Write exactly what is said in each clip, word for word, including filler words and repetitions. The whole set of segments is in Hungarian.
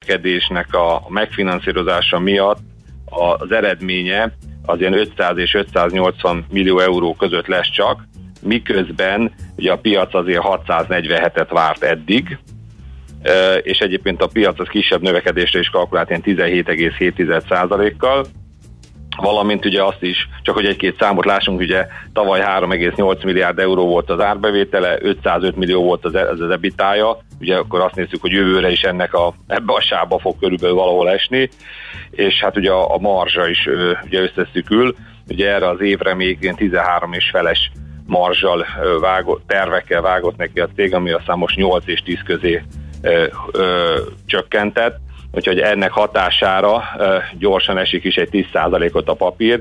növekedésnek a megfinanszírozása miatt az eredménye az ilyen ötszáz és ötszáznyolcvan millió euró között lesz csak, miközben ugye a piac azért hatszáznegyvenhetet várt eddig, és egyébként a piac az kisebb növekedésre is kalkulált ilyen tizenhét egész hét százalékkal, valamint ugye azt is, csak hogy egy-két számot lássunk, ugye tavaly három egész nyolc milliárd euró volt az árbevétele, ötszázöt millió volt az, az, az ebitája, ugye akkor azt nézzük, hogy jövőre is ennek a, ebbe a sávba fog körülbelül valahol esni, és hát ugye a, a marzsa is ugye összeszükül, ugye erre az évre még ilyen tizenhárom és feles marzsal vágott, tervekkel vágott neki a cég, ami aztán most nyolc és tíz közé ö, ö, csökkentett, úgyhogy ennek hatására ö, gyorsan esik is egy tíz százalékot a papír,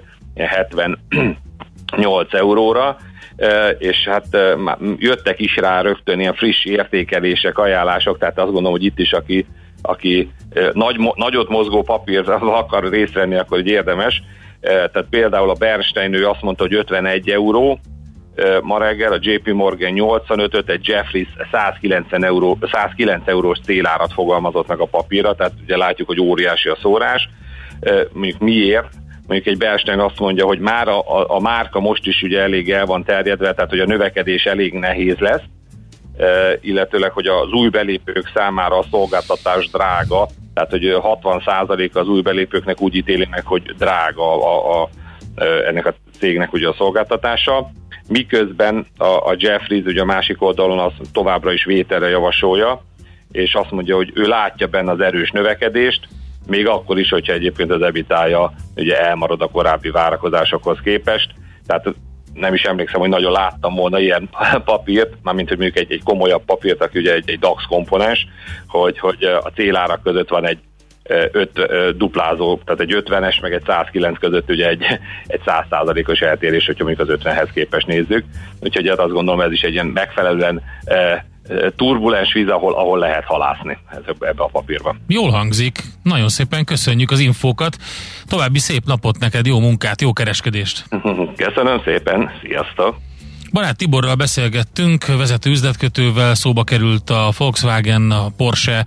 hetvennyolc euróra, ö, és hát ö, jöttek is rá rögtön ilyen friss értékelések, ajánlások, tehát azt gondolom, hogy itt is aki, aki ö, nagy, nagyot mozgó papírra akar részt venni, akkor így érdemes. Ö, tehát például a Bernstein, ő azt mondta, hogy ötvenegy euró, ma reggel a jé pé Morgan nyolcvanötöt, egy Jefferies százkilencven euró, százkilenc eurós célárat fogalmazott meg a papírra, tehát ugye látjuk, hogy óriási a szórás. Mondjuk miért? Mondjuk egy Bernstein azt mondja, hogy már a, a, a márka most is ugye elég el van terjedve, tehát hogy a növekedés elég nehéz lesz, illetőleg, hogy az új belépők számára a szolgáltatás drága, tehát hogy hatvan százalék az új belépőknek úgy ítéli meg, hogy drága a, a, ennek a cégnek ugye a szolgáltatása. Miközben a, a Jefferies ugye a másik oldalon azt továbbra is vételre javasolja, és azt mondja, hogy ő látja benne az erős növekedést, még akkor is, hogyha egyébként az ebitája ugye elmarad a korábbi várakozásokhoz képest. Tehát nem is emlékszem, hogy nagyon láttam volna ilyen papírt, mármint hogy mondjuk egy, egy komolyabb papírt, aki ugye egy, egy dé á iksz komponens, hogy, hogy a célárak között van egy öt duplázó, tehát egy ötvenes, meg egy száz kilenc között ugye egy, egy száz százalékos eltérés, hogyha mondjuk az ötvenhez képest nézzük. Úgyhogy hát azt gondolom, ez is egy ilyen megfelelően e, turbulens víz, ahol, ahol lehet halászni ebbe a papírban. Jól hangzik, nagyon szépen köszönjük az infókat, további szép napot neked, jó munkát, jó kereskedést! Köszönöm szépen, sziasztok! Barát Tiborral beszélgettünk, vezető üzletkötővel, szóba került a Volkswagen, a Porsche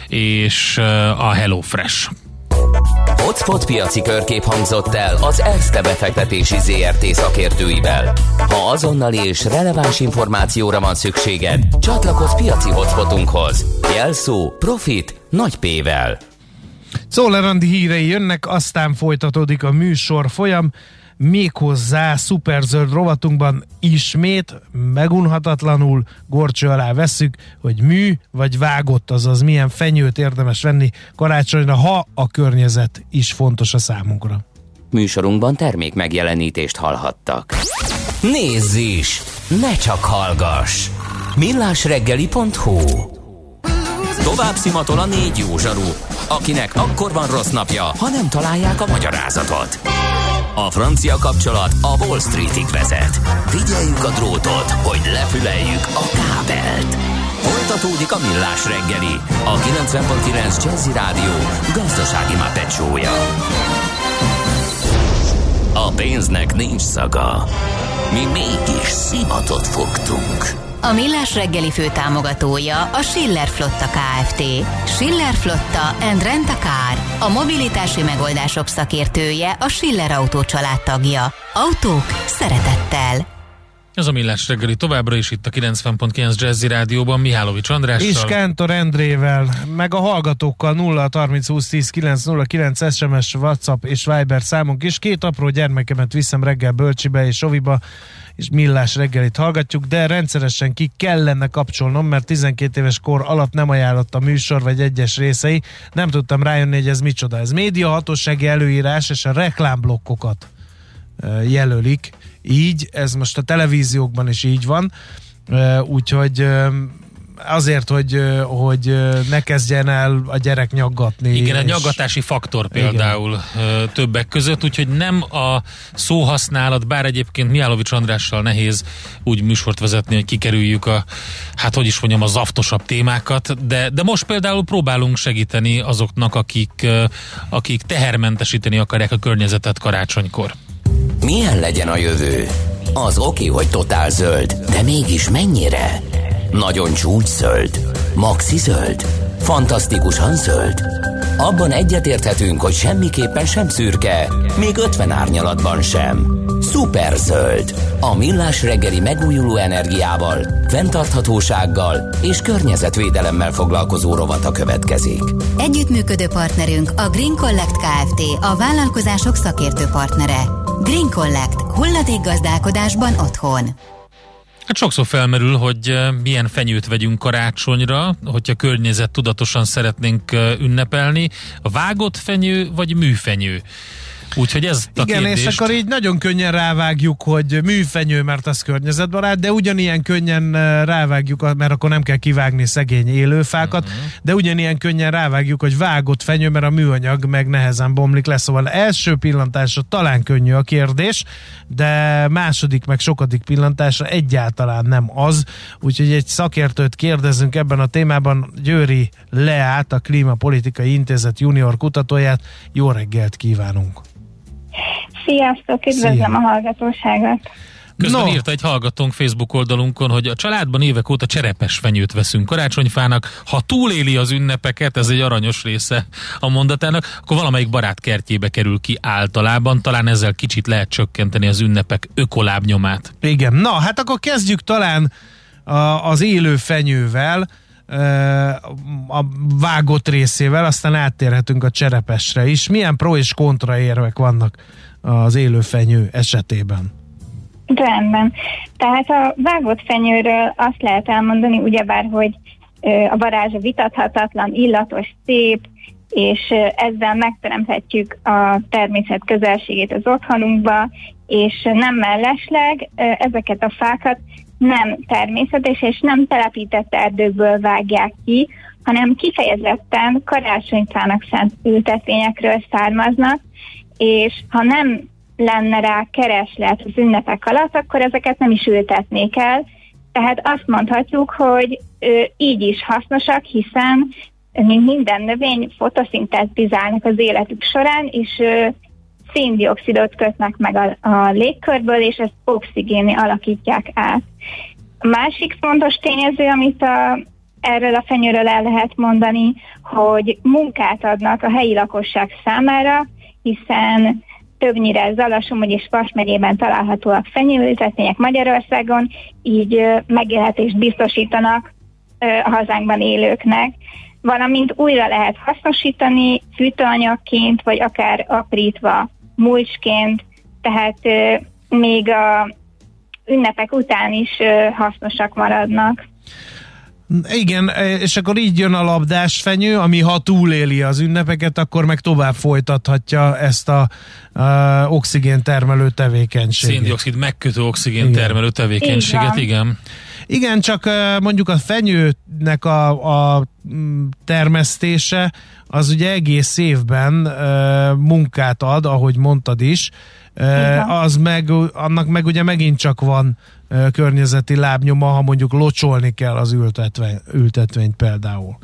és a HelloFresh. Hotspot piaci körkép hangzott el az Erste befektetési zé er té szakértőivel. Ha azonnali és releváns információra van szükséged, csatlakozz piaci hotspotunkhoz. Jelszó Profit nagy P-vel. Czoller Andi hírei jönnek, aztán folytatódik a műsor folyam, méghozzá szuperzöld rovatunkban ismét megunhatatlanul górcső alá vesszük, hogy mű vagy vágott, azaz milyen fenyőt érdemes venni karácsonyra, ha a környezet is fontos a számunkra. Műsorunkban termék megjelenítést hallhattak. Nézz is! Ne csak hallgass! millásreggeli pont hu Tovább szimatol a négy jó zsaru, akinek akkor van rossz napja, ha nem találják a magyarázatot. A francia kapcsolat a Wall Streetig vezet. Figyeljük a drótot, hogy lefüleljük a kábelt. Folytatódik a Millás reggeli, a kilencven pont kilenc Jazzy Rádió gazdasági mápecsója. A pénznek nincs szaga. Mi mégis szimatot fogtunk. A Millás reggeli főtámogatója a Schiller Flotta Kft. Schiller Flotta and Rent a Car. A mobilitási megoldások szakértője, a Schiller Autó család tagja. Autók szeretettel. Ez a Millás reggeli továbbra is itt a kilencven pont kilenc Jazzy Rádióban Mihálovics Andrással. És Kántor Endrével, meg a hallgatókkal nulla harminc húsz tíz kilenc nulla kilenc es em es, WhatsApp és Viber számunk is. Két apró gyermekemet viszem reggel bölcsibe és oviba, és Millás reggelit hallgatjuk, de rendszeresen ki kellene kapcsolnom, mert tizenkét éves kor alatt nem ajánlott a műsor vagy egyes részei. Nem tudtam rájönni, hogy ez micsoda. Ez médiahatósági előírás, és a reklámblokkokat jelölik. Így, ez most a televíziókban is így van, úgyhogy azért, hogy, hogy ne kezdjen el a gyerek nyaggatni. Igen, a nyaggatási faktor például igen. Többek között, úgyhogy nem a szóhasználat, bár egyébként Mihálovics Andrással nehéz úgy műsort vezetni, hogy kikerüljük a, hát hogy is mondjam, a zaftosabb témákat, de, de most például próbálunk segíteni azoknak, akik, akik tehermentesíteni akarják a környezetet karácsonykor. Milyen legyen a jövő? Az oké, hogy totál zöld, de mégis mennyire? Nagyon csúcs zöld? Maxi zöld? Fantasztikusan zöld? Abban egyetérthetünk, hogy semmiképpen sem szürke, még ötven árnyalatban sem. Szuper zöld. A Millás reggeli megújuló energiával, fenntarthatósággal és környezetvédelemmel foglalkozó rovata következik. Együttműködő partnerünk a Green Collect Kft. A vállalkozások szakértő partnere. Green Collect. Hulladékgazdálkodásban otthon. Hát sokszor felmerül, hogy milyen fenyőt vegyünk karácsonyra, hogyha környezet tudatosan szeretnénk ünnepelni. A vágott fenyő vagy műfenyő? Úgyhogy ez a Igen, kérdést... és akkor így nagyon könnyen rávágjuk, hogy műfenyő, mert az környezetbarát, de ugyanilyen könnyen rávágjuk, mert akkor nem kell kivágni szegény élőfákat, uh-huh. de ugyanilyen könnyen rávágjuk, hogy vágott fenyő, mert a műanyag meg nehezen bomlik le. Szóval első pillantásra talán könnyű a kérdés, de második meg sokadik pillantásra egyáltalán nem az. Úgyhogy egy szakértőt kérdezünk ebben a témában, Győri Leát, a Klímapolitikai Intézet junior kutatóját. Jó reggelt kívánunk! Sziasztok, üdvözlöm Szia. a hallgatóságot! Közben no. írta egy hallgatónk Facebook oldalunkon, hogy a családban évek óta cserepes fenyőt veszünk karácsonyfának. Ha túléli az ünnepeket, ez egy aranyos része a mondatának, akkor valamelyik barát kertjébe kerül ki általában. Talán ezzel kicsit lehet csökkenteni az ünnepek ökolábnyomát. Igen, na hát akkor kezdjük talán a, az élő fenyővel, a vágott részével, aztán áttérhetünk a cserepesre is. Milyen pro és kontra érvek vannak az élő fenyő esetében? Rendben. Tehát a vágott fenyőről azt lehet elmondani, ugyebár, hogy a varázsa vitathatatlan, illatos, szép, és ezzel megteremthetjük a természet közelségét az otthonunkba, és nem mellesleg ezeket a fákat nem természetes és nem telepített erdőkből vágják ki, hanem kifejezetten karácsonyfának szánt ültetvényekről származnak, és ha nem lenne rá kereslet az ünnepek alatt, akkor ezeket nem is ültetnék el. Tehát azt mondhatjuk, hogy ö, így is hasznosak, hiszen mint minden növény fotoszintetizálnak az életük során, és ö, széndioxidot kötnek meg a, a légkörből, és ezt oxigénné alakítják át. A másik fontos tényező, amit a, erről a fenyőről el lehet mondani, hogy munkát adnak a helyi lakosság számára, hiszen többnyire Zalasomhogy és Vas megyében találhatóak fenyőültetvények Magyarországon, így ö, megélhetést biztosítanak ö, a hazánkban élőknek, valamint újra lehet hasznosítani fűtőanyagként, vagy akár aprítva mulcsként, tehát ö, még a ünnepek után is ö, hasznosak maradnak. Igen, és akkor így jön a labdás fenyő, ami ha túléli az ünnepeket, akkor meg tovább folytathatja ezt a, a oxigén termelő tevékenységet. Széndioxid megkötő oxigén termelő tevékenységet, igen. Igen, csak mondjuk a fenyőnek a, a termesztése az ugye egész évben uh, munkát ad, ahogy mondtad is, uh, az meg, annak meg ugye megint csak van uh, környezeti lábnyoma, ha mondjuk locsolni kell az ültetvény, ültetvényt például.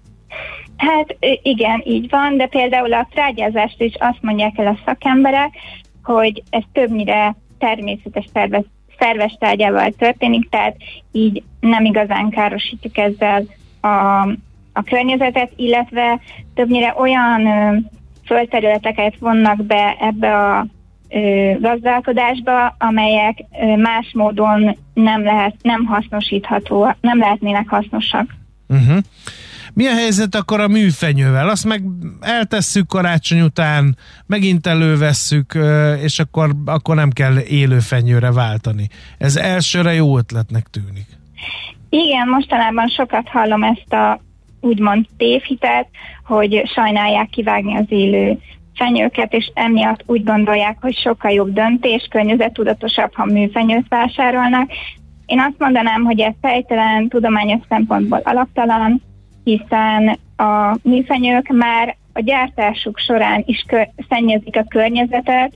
Hát igen, így van, de például a trágyázást is azt mondják el a szakemberek, hogy ez többnyire természetes szervez, szerves tárgyával történik, tehát így nem igazán károsítjuk ezzel a, a környezetet, illetve többnyire olyan ö, földterületeket vonnak be ebbe a ö, gazdálkodásba, amelyek ö, más módon nem lehet, nem hasznosítható, nem lehetnének hasznosak. Uh-huh. Mi a helyzet akkor a műfenyővel? Azt meg eltesszük karácsony után, megint elővesszük, és akkor, akkor nem kell élő fenyőre váltani. Ez elsőre jó ötletnek tűnik. Igen, mostanában sokat hallom ezt a úgymond tévhitet, hogy sajnálják kivágni az élő fenyőket, és emiatt úgy gondolják, hogy sokkal jobb döntés, környezettudatosabb, ha műfenyőt vásárolnak. Én azt mondanám, hogy ez helytelen, tudományos szempontból alaptalan, hiszen a műfenyők már a gyártásuk során is kö- szennyezik a környezetet,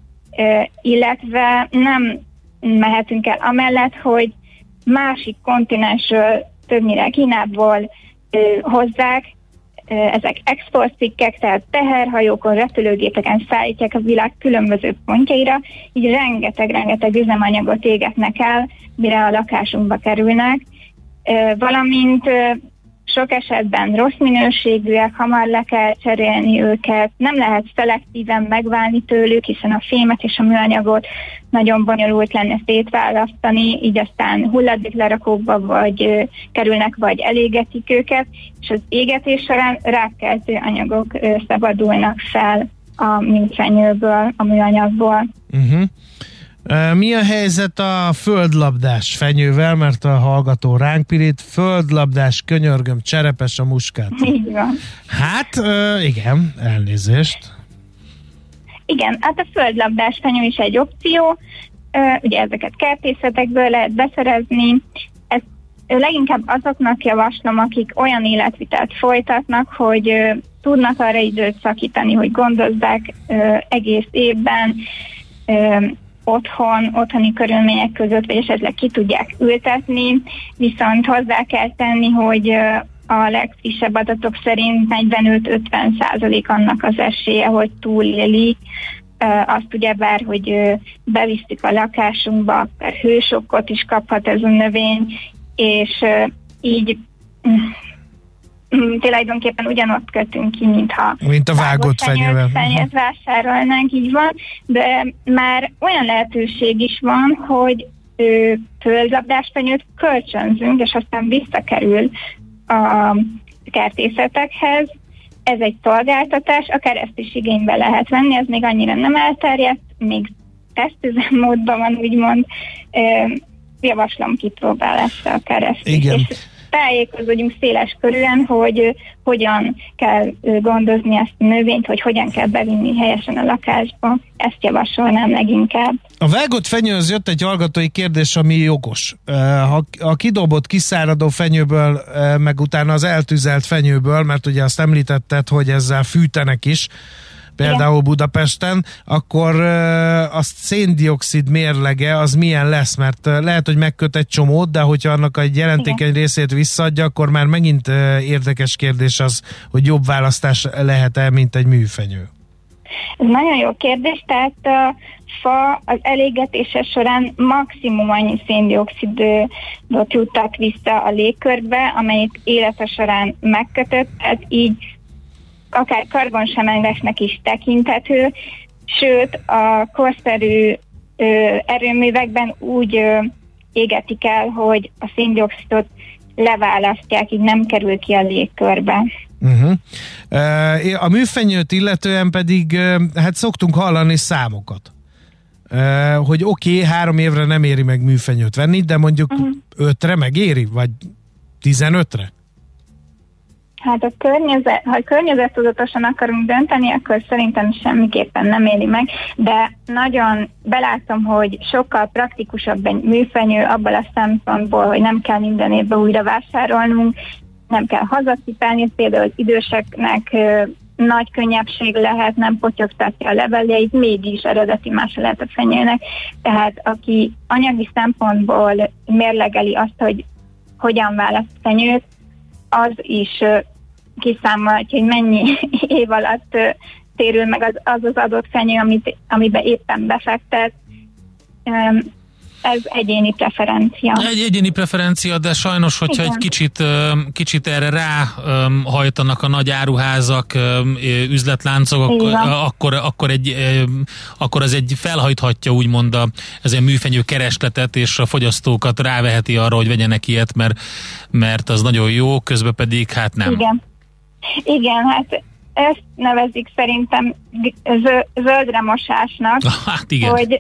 illetve nem mehetünk el amellett, hogy másik kontinensről, többnyire Kínából hozzák, ezek exportcikkek, tehát teherhajókon, repülőgépeken szállítják a világ különböző pontjaira, így rengeteg-rengeteg üzemanyagot égetnek el, mire a lakásunkba kerülnek, valamint sok esetben rossz minőségűek, hamar le kell cserélni őket, nem lehet szelektíven megválni tőlük, hiszen a fémet és a műanyagot nagyon bonyolult lenne szétválasztani, így aztán hulladéklerakókba vagy ö, kerülnek, vagy elégetik őket, és az égetés során rákkeltő anyagok ö, szabadulnak fel a műfenyőből, a műanyagból. Uh-huh. Mi a helyzet a földlabdás fenyővel, mert a hallgató ránk pirít, földlabdás, könyörgöm, cserepes a muskát. Így van. Hát, igen, elnézést. Igen, hát a földlabdás fenyő is egy opció, ugye ezeket kertészetekből lehet beszerezni, ezt leginkább azoknak javaslom, akik olyan életvitelt folytatnak, hogy tudnak arra időt szakítani, hogy gondozzák egész évben, otthon, otthoni körülmények között, vagy esetleg ki tudják ültetni, viszont hozzá kell tenni, hogy a legfrissebb adatok szerint negyvenöt-ötven százalék annak az esélye, hogy túléli azt ugyebár, hogy bevisztük a lakásunkba, akár hősokkot is kaphat ez a növény, és így tulajdonképpen ugyanott kötünk ki, mintha mint a vágott fenyővel fenyőt vásárolnánk, így van, de már olyan lehetőség is van, hogy földlabdás fenyőt kölcsönzünk, és aztán visszakerül a kertészetekhez. Ez egy szolgáltatás, akár ezt is igénybe lehet venni, ez még annyira nem elterjedt, még tesztüzemmódban van, úgymond. Javaslom kipróbálásra akár ezt. Igen. És tájékozódjunk széles körülön, hogy hogyan kell gondozni ezt a növényt, hogy hogyan kell bevinni helyesen a lakásba. Ezt javasolnám leginkább. A vágott fenyőhöz jött egy hallgatói kérdés, ami jogos. Ha a kidobott, kiszáradó fenyőből, meg utána az eltűzelt fenyőből, mert ugye azt említetted, hogy ezzel fűtenek is, például igen, Budapesten, akkor uh, a széndioxid mérlege az milyen lesz, mert uh, lehet, hogy megköt egy csomót, de hogyha annak egy jelentékeny igen, részét visszaadja, akkor már megint uh, érdekes kérdés az, hogy jobb választás lehet-e, mint egy műfenyő. Ez nagyon jó kérdés, tehát a fa az elégetése során maximum annyi széndioxidot juttat vissza a légkörbe, amelyik élete során megkötött, tehát így akár karbonsemlegesnek is tekinthető, sőt a korszerű ö, erőművekben úgy ö, égetik el, hogy a széndioxidot leválasztják, így nem kerül ki a légkörbe. Uh-huh. Uh, a műfenyőt illetően pedig uh, hát szoktunk hallani számokat. Uh, hogy oké, okay, három évre nem éri meg műfenyőt venni, de mondjuk uh-huh. ötre megéri, vagy tizenötre? Hát a környezet, ha környezettudatosan akarunk dönteni, akkor szerintem semmiképpen nem éri meg, de nagyon belátom, hogy sokkal praktikusabb egy műfenyő abban a szempontból, hogy nem kell minden évben újra vásárolnunk, nem kell hazacipelni, például az időseknek ö, nagy könnyebbség lehet, nem potyogtatja a leveljeit, mégis eredeti más lehet a fenyőnek. Tehát aki anyagi szempontból mérlegeli azt, hogy hogyan választ fenyőt, az is ö, kiszámolhatja, hogy mennyi év alatt ö, térül meg az, az az adott fenyő, amit, amiben éppen befektet. Ö, Ez egyéni preferencia. Egy egyéni preferencia, de sajnos, hogyha igen, egy kicsit, kicsit erre ráhajtanak a nagy áruházak, üzletláncok, akkor, akkor, egy, akkor ez egy felhajthatja úgymond a, ez egy műfenyő keresletet, és a fogyasztókat ráveheti arra, hogy vegyenek ilyet, mert, mert az nagyon jó, közben pedig hát nem. Igen, Igen hát ezt nevezik szerintem zöldre mosásnak, hát igen. hogy,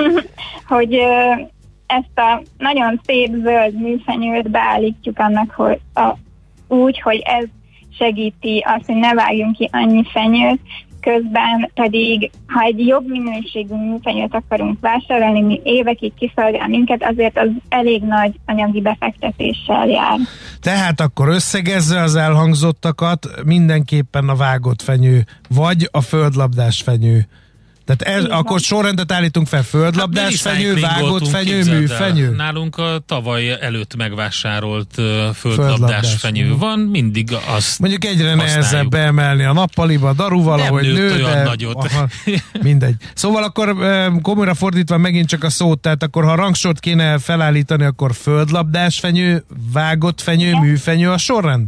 hogy ezt a nagyon szép zöld műfenyőt beállítjuk annak, hogy a, úgy, hogy ez segíti azt, hogy ne vágjunk ki annyi fenyőt, közben pedig, ha egy jobb minőségű műfenyőt akarunk vásárolni, mi évekig kiszolgál minket, azért az elég nagy anyagi befektetéssel jár. Tehát akkor összegezve az elhangzottakat, mindenképpen a vágott fenyő, vagy a földlabdás fenyő. Tehát ez, akkor sorrendet állítunk fel, földlabdás hát fenyő, vágott fenyő, műfenyő. Nálunk a tavaly előtt megvásárolt uh, földlabdás, földlabdás fenyő van, mindig azt mondjuk egyre nehezebb beemelni a nappaliba, daru valahogy nem nő, olyan de nagyot. Aha, mindegy. Szóval akkor komolyra fordítva megint csak a szót, tehát akkor ha rangsort kéne felállítani, akkor földlabdás fenyő, vágott fenyő, műfenyő a sorrend?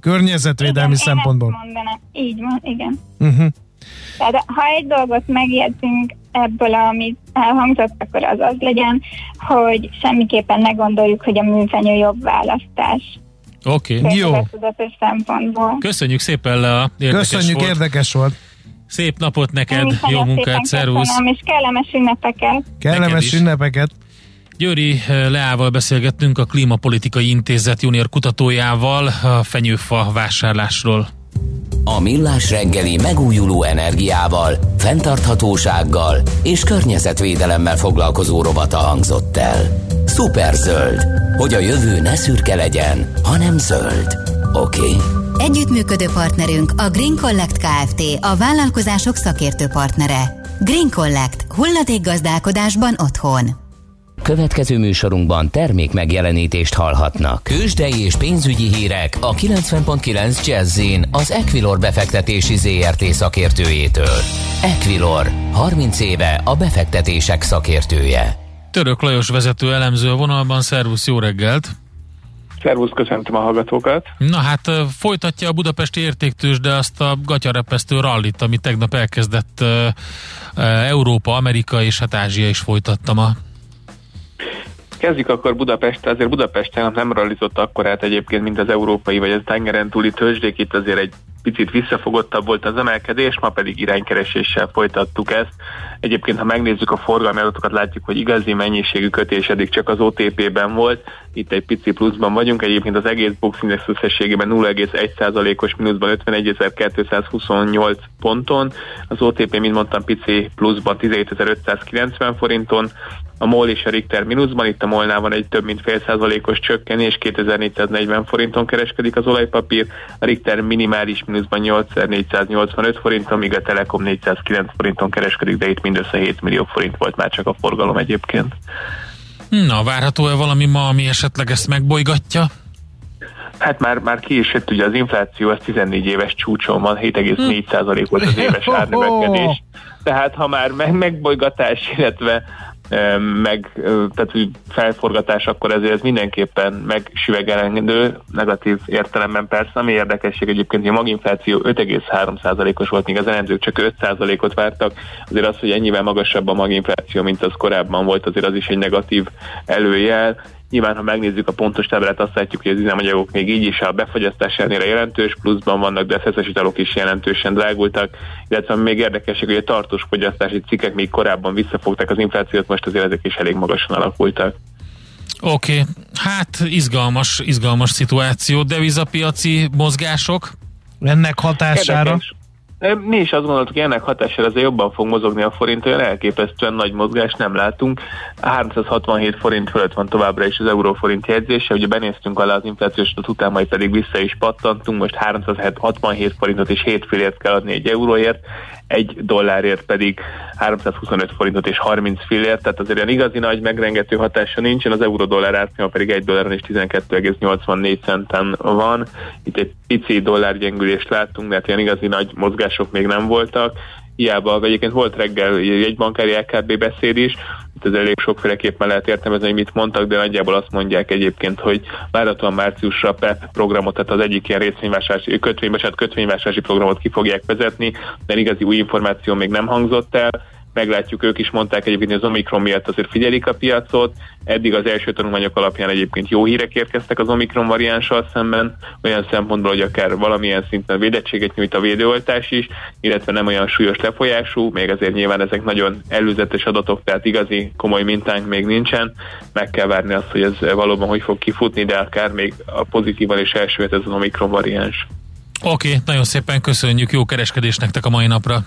Környezetvédelmi igen, szempontból. Én ezt mondanám. Így van, igen. Uh-huh. Tehát ha egy dolgot megjegyzünk ebből, amit elhangzott, akkor az az legyen, hogy semmiképpen ne gondoljuk, hogy a műfenyő jobb választás. Oké. Okay. Jó. Szempontból. Köszönjük szépen, Lea. Érdekes Köszönjük, volt. érdekes volt. Szép napot neked, jó munkát, szervusz. Köszönöm, és kellemes ünnepeket. Kellemes ünnepeket. Győri Leával beszélgettünk, a Klímapolitikai Intézet junior kutatójával a fenyőfa vásárlásról. A Millás reggeli megújuló energiával, fenntarthatósággal és környezetvédelemmel foglalkozó rovata hangzott el. Szuperzöld, hogy a jövő ne szürke legyen, hanem zöld. Oké? Okay? Együttműködő partnerünk a Green Collect Kft. A vállalkozások szakértő partnere. Green Collect. Hulladékgazdálkodásban otthon. Következő műsorunkban termék megjelenítést hallhatnak. Tőzsdei és pénzügyi hírek a kilencven pont kilenc Jazz-in az Equilor befektetési zé er té szakértőjétől. Equilor, harminc éve a befektetések szakértője. Török Lajos vezető elemző a vonalban, szervusz, jó reggelt! Szervusz, köszöntöm a hallgatókat! Na hát folytatja a budapesti értéktőzsde azt a gatyarepesztő rallit, ami tegnap elkezdett uh, uh, Európa, Amerika és hát Ázsia is folytatta ma. Kezdjük akkor Budapest, azért Budapesten nem rallizott akkorát egyébként, mint az európai vagy a tengeren túli tőzsdék, itt azért egy picit visszafogottabb volt az emelkedés, ma pedig iránykereséssel folytattuk ezt. Egyébként, ha megnézzük a forgalmi adatokat, látjuk, hogy igazi mennyiségű kötés eddig csak az o té pé-ben volt, itt egy pici pluszban vagyunk, egyébként az egész Bux Index összességében nulla egész egy százalékos mínuszban ötvenegyezer-kétszázhuszonnyolc ponton, az o té pé, mint mondtam, pici pluszban tizenhétezer-ötszázkilencven forinton, a MOL és a Richter mínuszban, itt a MOL-nál van egy több mint fél százalékos csökkenés, kétezer-négyszáznegyven forinton kereskedik az olajpapír, a Richter minimális mínuszban nyolcezer-négyszáznyolcvanöt forinton, míg a Telekom négyszázkilenc forinton kereskedik, de itt mindössze hét millió forint volt már csak a forgalom egyébként. Na, várható-e valami ma, ami esetleg ezt megbolygatja? Hát már, már ki is jött, ugye az infláció az tizennégy éves csúcson van, hét egész négy százalék volt az éves árnövekedés. Tehát ha már meg, megbolygatás, illetve meg tehát, hogy felforgatás, akkor ezért ez mindenképpen megsüvegelendő, negatív értelemben persze, ami érdekesség egyébként, hogy a maginfláció öt egész három százalékos volt, míg az elemzők csak öt százalékot vártak, azért az, hogy ennyivel magasabb a maginfláció, mint az korábban volt, azért az is egy negatív előjel. Nyilván, ha megnézzük a pontos táblát, azt látjuk, hogy az üzemanyagok még így is a befagyasztás ellenére jelentős pluszban vannak, de a szeszes italok is jelentősen drágultak, illetve még érdekesek, hogy a tartós fogyasztási cikkek még korábban visszafogták az inflációt, most azért ezek is elég magasan alakultak. Oké, okay. Hát izgalmas, izgalmas szituáció, devizapiaci mozgások? Ennek hatására? Érdekes. Mi is azt gondoltuk, hogy ennek hatására azért jobban fog mozogni a forint, olyan elképesztően nagy mozgást nem látunk. háromszázhatvanhét forint fölött van továbbra is az euróforint jegyzése, ugye benéztünk alá az inflációs adat után, majd pedig vissza is pattantunk, most háromszázhatvanhét forintot és hét fillért kell adni egy euróért, egy dollárért pedig háromszázhuszonöt forintot és harminc fillért, tehát azért olyan igazi nagy megrengető hatása nincsen, az euró-dollár árfolyama pedig egy dolláron és tizenkettő egész nyolcvannégy centen van. Itt egy pici dollárgyengülést láttunk, de hát olyan igazi nagy mozgások még nem voltak. Hiába, egyébként volt reggel egy bankári é ká bé beszéd is, itt ez elég sokféleképpen lehet értelmezni, hogy mit mondtak, de nagyjából azt mondják egyébként, hogy várhatóan márciusra a pé e pé programot, tehát az egyik ilyen részvényvásárlási, kötvényvásárlási, kötvényvásárlási programot ki fogják vezetni, de igazi új információ még nem hangzott el. Meglátjuk, ők is mondták egyébként, hogy az Omikron miatt azért figyelik a piacot. Eddig az első tanulmányok alapján egyébként jó hírek érkeztek az Omikron variánssal szemben, olyan szempontból, hogy akár valamilyen szinten védettséget nyújt a védőoltás is, illetve nem olyan súlyos lefolyású, még azért nyilván ezek nagyon előzetes adatok, tehát igazi komoly mintánk még nincsen. Meg kell várni azt, hogy ez valóban hogy fog kifutni, de akár még a pozitívan is elsőhet ez az Omikron variáns. Oké, okay, nagyon szépen köszönjük, jó kereskedés nektek a mai napra!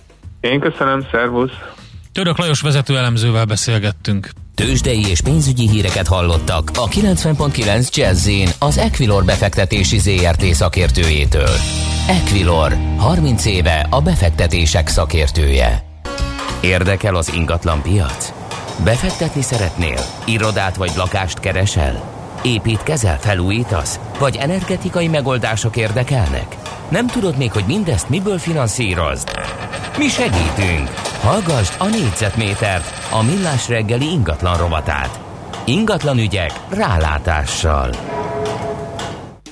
Én köszönöm, szervusz! Török Lajos vezető elemzővel beszélgettünk. Tőzsdei és pénzügyi híreket hallottak a kilencven pont kilenc Jazz-in az Equilor befektetési zé er té szakértőjétől. Equilor, harminc éve a befektetések szakértője. Érdekel az ingatlan piac? Befektetni szeretnél? Irodát vagy lakást keresel? Építkezel, felújítasz? Vagy energetikai megoldások érdekelnek? Nem tudod még, hogy mindezt miből finanszírozd? Mi segítünk! Hallgasd a négyzetmétert, a Millás reggeli ingatlan rovatát. Ingatlan ügyek rálátással.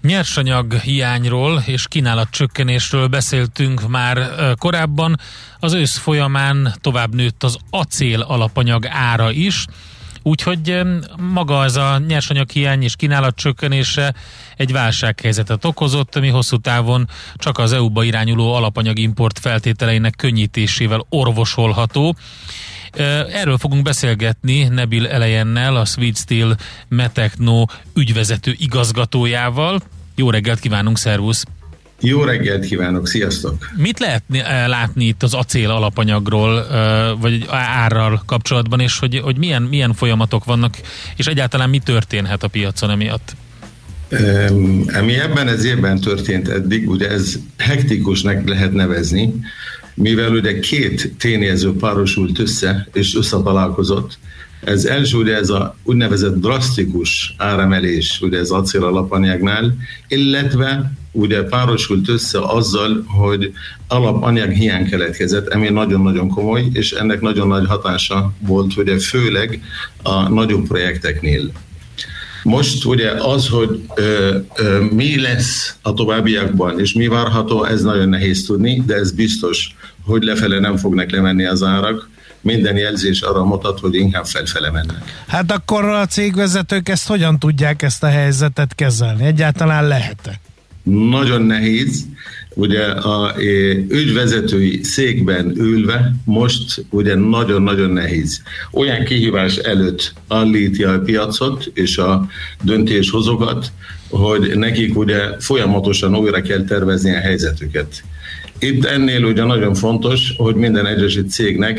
Nyersanyag hiányról és kínálatcsökkenésről beszéltünk már korábban. Az ősz folyamán tovább nőtt az acél alapanyag ára is, úgyhogy maga ez a nyersanyaghiány és kínálatcsökkenése egy válsághelyzetet okozott, ami hosszú távon csak az é u-ba irányuló alapanyagimport feltételeinek könnyítésével orvosolható. Erről fogunk beszélgetni Nebil Elejennel, a Sweet Steel Metechno ügyvezető igazgatójával. Jó reggelt kívánunk, szervusz! Jó reggelt kívánok, sziasztok! Mit lehet látni itt az acél alapanyagról, vagy árral kapcsolatban, és hogy, hogy milyen, milyen folyamatok vannak, és egyáltalán mi történhet a piacon emiatt? Um, ami ebben az évben történt eddig, ugye ez hektikusnak lehet nevezni, mivel ugye két tényező párosult össze, és összetalálkozott. Ez első, ugye ez a úgynevezett drasztikus áremelés, ugye ez acél alapanyagnál, illetve ugye párosult össze azzal, hogy alapanyag hiány keletkezett, ami nagyon-nagyon komoly, és ennek nagyon nagy hatása volt, ugye főleg a nagyobb projekteknél. Most ugye az, hogy ö, ö, mi lesz a továbbiakban, és mi várható, ez nagyon nehéz tudni, de ez biztos, hogy lefele nem fognak lemenni az árak. Minden jelzés arra mutat, hogy inkább felfele mennek. Hát akkor a cégvezetők ezt hogyan tudják ezt a helyzetet kezelni? Egyáltalán lehet-e? Nagyon nehéz. Ugye a ügyvezetői székben ülve most ugye nagyon-nagyon nehéz. Olyan kihívás előtt állítja a piacot és a döntéshozókat, hogy nekik ugye folyamatosan újra kell tervezni a helyzetüket. Itt ennél ugye nagyon fontos, hogy minden egyes cégnek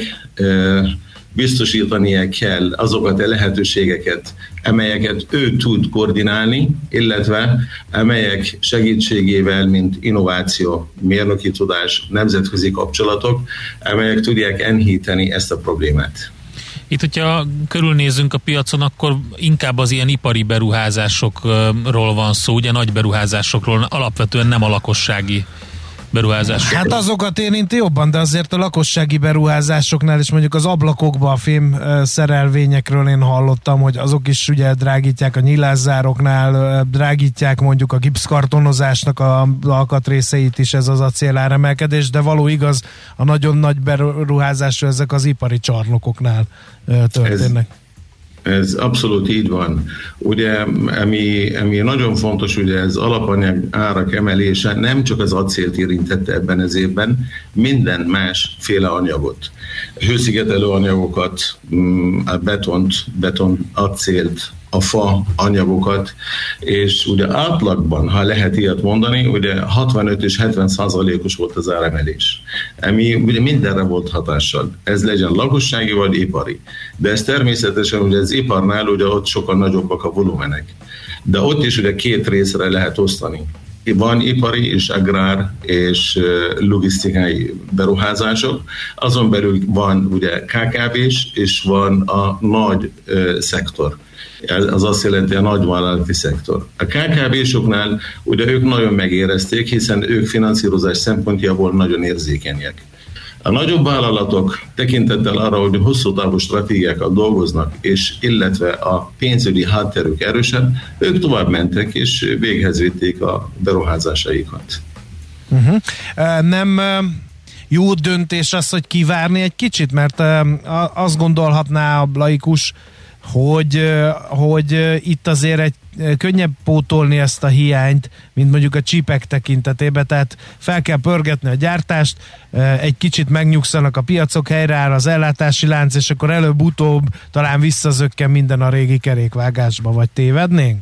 biztosítania kell azokat a lehetőségeket, amelyeket ő tud koordinálni, illetve amelyek segítségével, mint innováció, mérnöki tudás, nemzetközi kapcsolatok, amelyek tudják enyhíteni ezt a problémát. Itt, hogyha körülnézünk a piacon, akkor inkább az ilyen ipari beruházásokról van szó, ugye nagy beruházásokról, alapvetően nem a lakossági beruházások. Hát azokat érinti jobban, de azért a lakossági beruházásoknál is mondjuk az ablakokba a fém szerelvényekről én hallottam, hogy azok is ugye drágítják a nyilászároknál, drágítják mondjuk a gipszkartonozásnak a alkatrészeit is ez az acéláremelkedés, de való igaz, a nagyon nagy beruházású ezek az ipari csarnokoknál történnek. Ez... Ez abszolút így van. Ugye, ami, ami nagyon fontos, ugye ez alapanyag árak emelése nem csak az acélt érintette ebben az évben, minden másféle anyagot. Hőszigetelő anyagokat, a betont, beton, acélt, a fa anyagokat, és ugye átlagban, ha lehet ilyet mondani, ugye hatvanöt és hetven százalékos volt az áremelés, ami ugye mindenre volt hatással. Ez legyen lakossági vagy ipari. De ez természetesen ugye az iparnál ugye ott sokkal nagyobbak a volumenek. De ott is ugye két részre lehet osztani. Van ipari és agrár és logisztikai beruházások, azon belül van ugye ká ká vés és van a nagy uh, szektor. Az azt jelenti a nagyvállalati szektor. A ká ká vésoknál ugye ők nagyon megérezték, hiszen ők finanszírozás szempontjából nagyon érzékenyek. A nagyobb vállalatok tekintettel arra, hogy hosszú távú stratégiákat dolgoznak, és illetve a pénzügyi hátterük erősebb, ők tovább mentek, és véghez vitték a beruházásaikat. Uh-huh. Nem jó döntés az, hogy kivárni egy kicsit, mert azt gondolhatná a laikus, hogy, hogy itt azért egy könnyebb pótolni ezt a hiányt, mint mondjuk a csipek tekintetében, tehát fel kell pörgetni a gyártást, egy kicsit megnyugszanak a piacok, helyreáll az ellátási lánc, és akkor előbb-utóbb talán visszazökken minden a régi kerékvágásba, vagy tévednénk?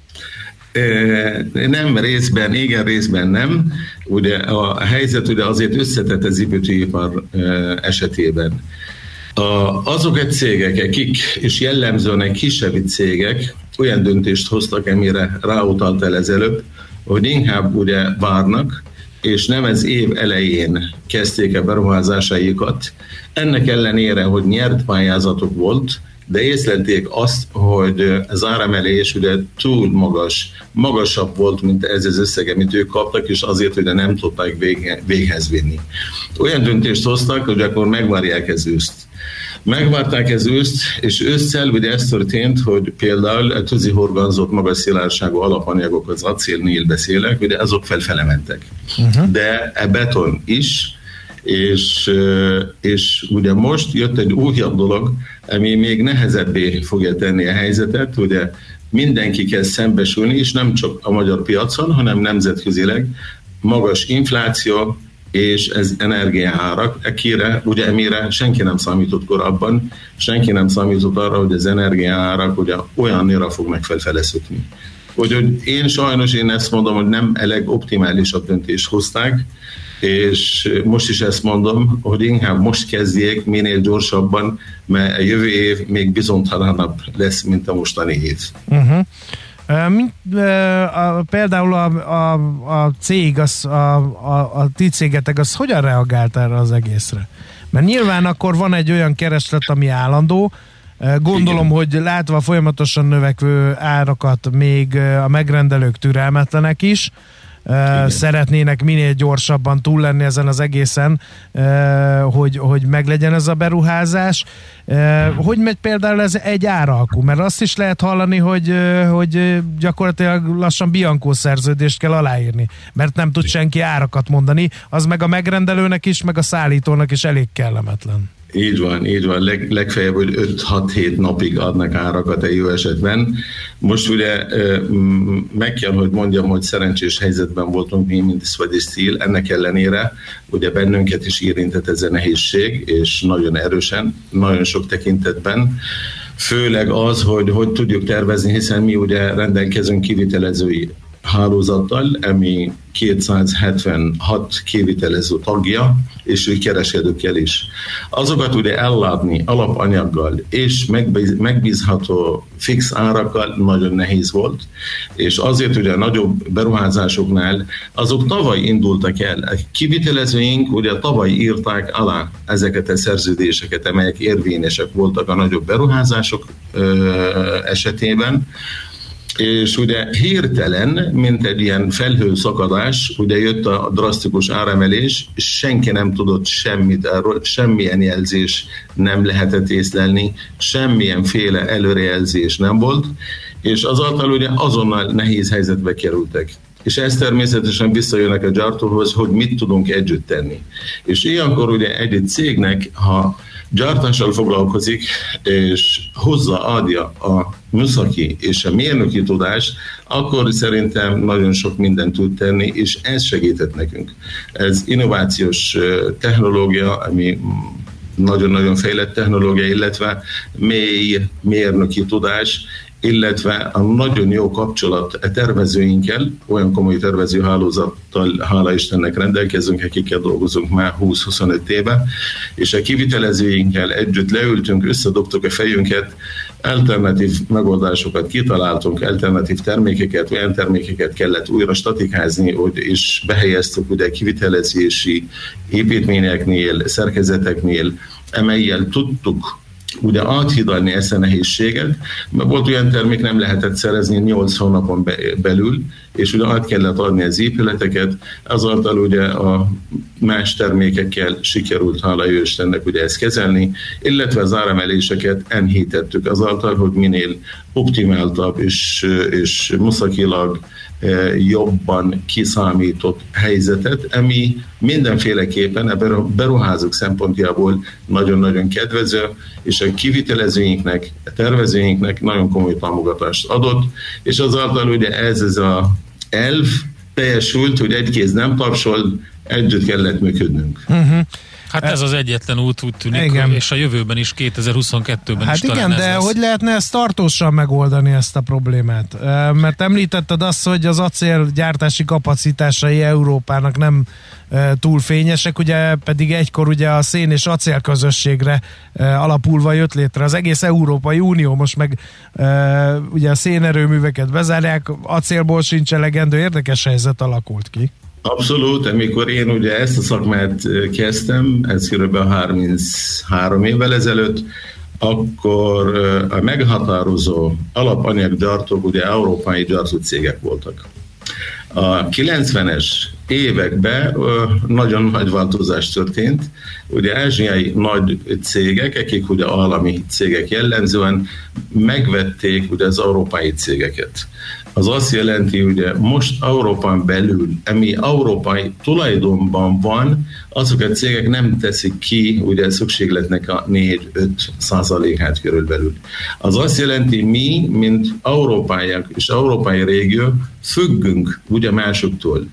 Nem részben, igen, részben nem. Ugye a helyzet ugye azért összetett az építőipar esetében. A, azok a cégek, akik, és jellemzően kisebb cégek olyan döntést hoztak, amire ráutaltál ezelőbb, hogy inkább ugye várnak, és nem az év elején kezdték a beruházásaikat. Ennek ellenére, hogy nyert pályázatok volt, de észlelték azt, hogy az áremelés ugye túl magas, magasabb volt, mint ez az összeg, amit ők kaptak, és azért ugye nem tudták vége, véghez vinni. Olyan döntést hoztak, hogy akkor megvárják az őszt. Megvárták ez őszt, és ősszel ugye ez történt, hogy például a tűzihorganzott magas szilárdságú alapanyagok, az acélnél beszélek, ugye azok felfele mentek. Uh-huh. De a beton is, és, és ugye most jött egy újabb dolog, ami még nehezebbé fogja tenni a helyzetet, ugye mindenki kell szembesülni, és nem csak a magyar piacon, hanem nemzetközileg magas infláció, és ez energiaárak, ekére, ugye emire senki nem számított korábban, senki nem számított arra, hogy az energiaárak ugye olyannyira fognak felfele szökni. Úgyhogy én sajnos én ezt mondom, hogy nem elég optimálisabb döntést hozták, és most is ezt mondom, hogy inkább most kezdjék minél gyorsabban, mert a jövő év még bizonytalanabb lesz, mint a mostani év. Uh-huh. Mint, a, például a, a, a cég, az, a, a, a ti cégetek, az hogyan reagált erre az egészre? Mert nyilván akkor van egy olyan kereslet, ami állandó. Gondolom, igen, hogy látva folyamatosan növekvő árakat még a megrendelők türelmetlenek is. Igen. Szeretnének minél gyorsabban túl lenni ezen az egészen, hogy, hogy meglegyen ez a beruházás. Hogy megy például ez egy áralkú? Mert azt is lehet hallani, hogy, hogy gyakorlatilag lassan Bianco szerződést kell aláírni, mert nem tud senki árakat mondani, az meg a megrendelőnek is, meg a szállítónak is elég kellemetlen. Így van, így van. Leg, legfeljebb, hogy öt-hat-hét napig adnak árakat a jó esetben. Most ugye meg kell, hogy mondjam, hogy szerencsés helyzetben voltunk mi, mint Swedish Steel. Ennek ellenére ugye bennünket is érintett ez a nehézség, és nagyon erősen, nagyon sok tekintetben. Főleg az, hogy hogy tudjuk tervezni, hiszen mi ugye rendelkezünk kivitelezői hálózattal, ami kétszázhetvenhat kivitelező tagja, és ő kereskedőkkel is. Azokat ugye ellátni alapanyaggal és megbíz, megbízható fix árakkal nagyon nehéz volt, és azért ugye a nagyobb beruházásoknál azok tavaly indultak el. A kivitelezőink ugye tavaly írták alá ezeket a szerződéseket, amelyek érvényesek voltak a nagyobb beruházások ö, esetében, és ugye hirtelen, mint egy ilyen felhőszakadás, ugye jött a drasztikus áremelés, és senki nem tudott semmit erről, semmilyen jelzés nem lehetett észlelni, semmilyenféle előrejelzés nem volt, és azáltal ugye azonnal nehéz helyzetbe kerültek. És ez természetesen visszajönnek a gyártóhoz, hogy mit tudunk együtt tenni. És ilyenkor ugye egy cégnek, ha gyártással foglalkozik, és hozzáadja a műszaki és a mérnöki tudást, akkor szerintem nagyon sok mindent tud tenni, és ez segített nekünk. Ez innovációs technológia, ami nagyon-nagyon fejlett technológia, illetve mély mérnöki tudás, illetve a nagyon jó kapcsolat a tervezőinkkel, olyan komoly tervezőhálózattal, hála Istennek rendelkezünk, akikkel dolgozunk már húsz-huszonöt éve, és a kivitelezőinkkel együtt leültünk, összedobtuk a fejünket, alternatív megoldásokat kitaláltunk, alternatív termékeket, olyan termékeket kellett újra statikázni, és behelyeztük ugye kivitelezési építményeknél, szerkezeteknél, amellyel tudtuk ugye áthidalni ezt a nehézséget, mert volt olyan termék, nem lehetett szerezni nyolc hónapon be, belül, és ugye át kellett adni az épületeket, azáltal ugye a más termékekkel sikerült, hála jó Istennek ugye ezt kezelni, illetve az áremeléseket enyhítettük azáltal, hogy minél optimáltabb és, és muszakilag jobban kiszámított helyzetet, ami mindenféleképpen a beruházók szempontjából nagyon-nagyon kedvező, és a kivitelezőinknek, a tervezőinknek nagyon komoly támogatást adott, és azáltal ugye ez, ez a elv teljesült, hogy egy kéz nem tapsol, együtt kellett működnünk. Uh-huh. Hát ez az egyetlen út, úgy tűnik, igen, és a jövőben is, kétezer-huszonkettőben hát is igen, talán ez de lesz. Hogy lehetne ezt tartósan megoldani, ezt a problémát? Mert említetted azt, hogy az acélgyártási kapacitásai Európának nem túl fényesek, ugye pedig egykor ugye a szén és acél közösségre alapulva jött létre az egész Európai Unió, most meg ugye a szénerőműveket bezárják, acélból sincs elegendő, érdekes helyzet alakult ki. Abszolút, amikor én ugye ezt a szakmát kezdtem, ez kb. harminchárom évvel ezelőtt, akkor a meghatározó alapanyaggyártók ugye európai gyártó cégek voltak. A kilencvenes években nagyon nagy változás történt. Ugye ázsiai nagy cégek, akik ugye állami cégek jellemzően megvették ugye az európai cégeket. Az azt jelenti, ugye most Európán belül, ami európai tulajdonban van, azok a cégek nem teszik ki ugye szükségletnek a négy-öt százalékát körülbelül. Az azt jelenti, mi, mint európaiak és európai régió függünk ugye másoktól.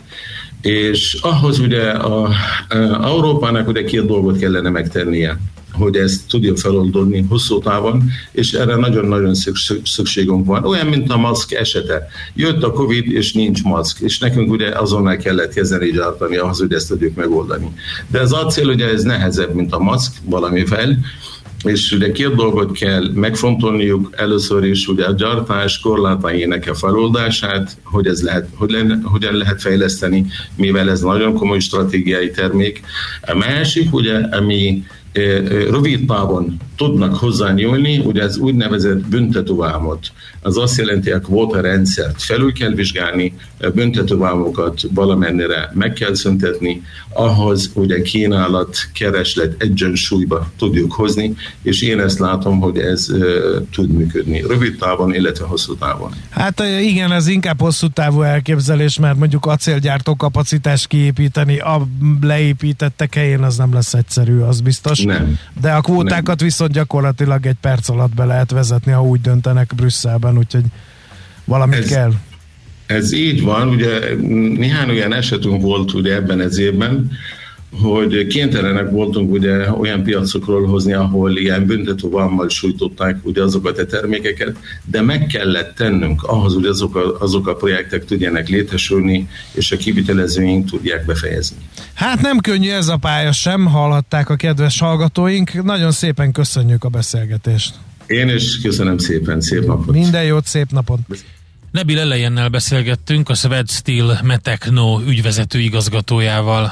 És ahhoz ugye a, a Európának ugye két dolgot kellene megtennie, hogy ezt tudja feloldani hosszú távon, és erre nagyon-nagyon szükségünk van. Olyan, mint a maszk esete. Jött a Covid, és nincs maszk, és nekünk ugye azonnal kellett kezdeni gyártani ahhoz, hogy ezt tudjuk megoldani. De az acél ugye ez nehezebb, mint a maszk valamivel, és ugye két dolgot kell megfontolniuk, először is ugye a gyártás korlátainak a feloldását, hogy ez lehet, hogy lenne, hogyan lehet fejleszteni, mivel ez nagyon komoly stratégiai termék. A másik, ugye, ami rövid távon tudnak hozzányúlni, ugye ez úgynevezett büntetővámot. Az azt jelenti, hogy a kvóta rendszert felül kell vizsgálni, a büntetővámokat valamennyire meg kell szüntetni, ahhoz ugye kínálat, kereslet egyensúlyba tudjuk hozni, és én ezt látom, hogy ez uh, tud működni rövid távon, illetve hosszú távon. Hát igen, ez inkább hosszú távú elképzelés, mert mondjuk acélgyártó kapacitást kiépíteni a leépítettek helyén az nem lesz egyszerű, az biztos. Nem. De a kvótákat nem. Viszont gyakorlatilag egy perc alatt be lehet vezetni, ha úgy döntenek Brüsszelben, úgyhogy valamit ez, kell. Ez így van, ugye néhány olyan esetünk volt ugye ebben az évben, hogy kénytelenek voltunk ugye olyan piacokról hozni, ahol ilyen büntetővámmal sújtották ugye azokat a termékeket, de meg kellett tennünk ahhoz, hogy azok a, azok a projektek tudjanak létesülni, és a kivitelezőink tudják befejezni. Hát nem könnyű ez a pálya sem, hallhatták a kedves hallgatóink. Nagyon szépen köszönjük a beszélgetést. Én is köszönöm szépen, szép napot. Minden jót, szép napot. Nebil Elejennel beszélgettünk, a Swed Steel Metechno ügyvezető igazgatójával.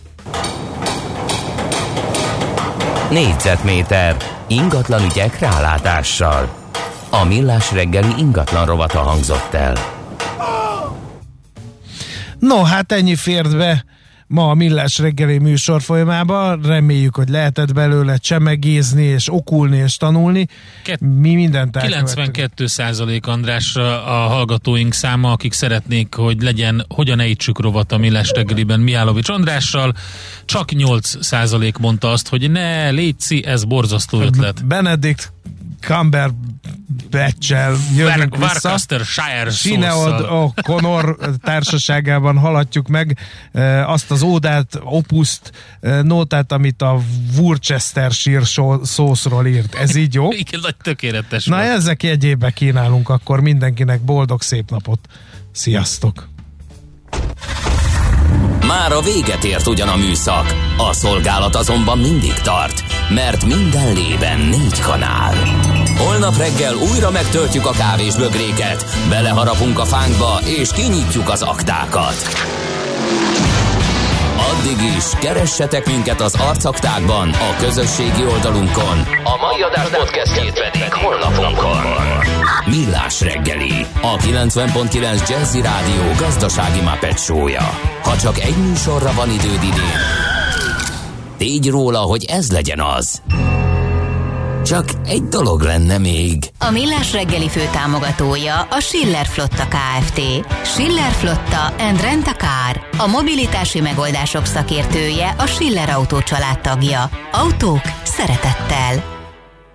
Négyzetméter ingatlan ügyek rálátással. A Millás reggeli ingatlan rovata hangzott el. No, hát ennyi fért be ma a Millás reggeli műsor folyamában. Reméljük, hogy lehetett belőle csemegézni, és okulni, és tanulni. Ket- Mi mindent elkövettünk. kilencvenkettő százalék András a hallgatóink száma, akik szeretnék, hogy legyen hogyan ejtsük rovat a Millás reggeliben Mihálovics Andrással. Csak nyolc százalék mondta azt, hogy ne, létszi, ez borzasztó ötlet. Benedict Cumberbatch-el jövünk Var- vissza. Worcestershire Sinead O'Connor társaságában haladjuk meg e, azt az ódát, opuszt, e, nótát, amit a Worcestershire szószról írt. Ez így jó? Igen, nagy tökéletes. Na volt. ezek jegyébe kínálunk akkor mindenkinek boldog szép napot. Sziasztok! Már a véget ért ugyan a műszak, a szolgálat azonban mindig tart, mert minden lében négy kanál. Holnap reggel újra megtöltjük a kávésbögréket, beleharapunk a fánkba és kinyitjuk az aktákat. Addig is keressetek minket az arcaktákban, a közösségi oldalunkon. A mai adás podcastjét pedig honlapunkon. Millás reggeli, a kilencven pont kilenc Jazzy Rádió gazdasági Muppet show-ja. Ha csak egy műsorra van időd idén, tégy róla, hogy ez legyen az. Csak egy dolog lenne még. A Millás reggeli főtámogatója a Schiller Flotta Kft. Schiller Flotta and Rent a Car. A mobilitási megoldások szakértője, a Schiller Autó család tagja. Autók szeretettel.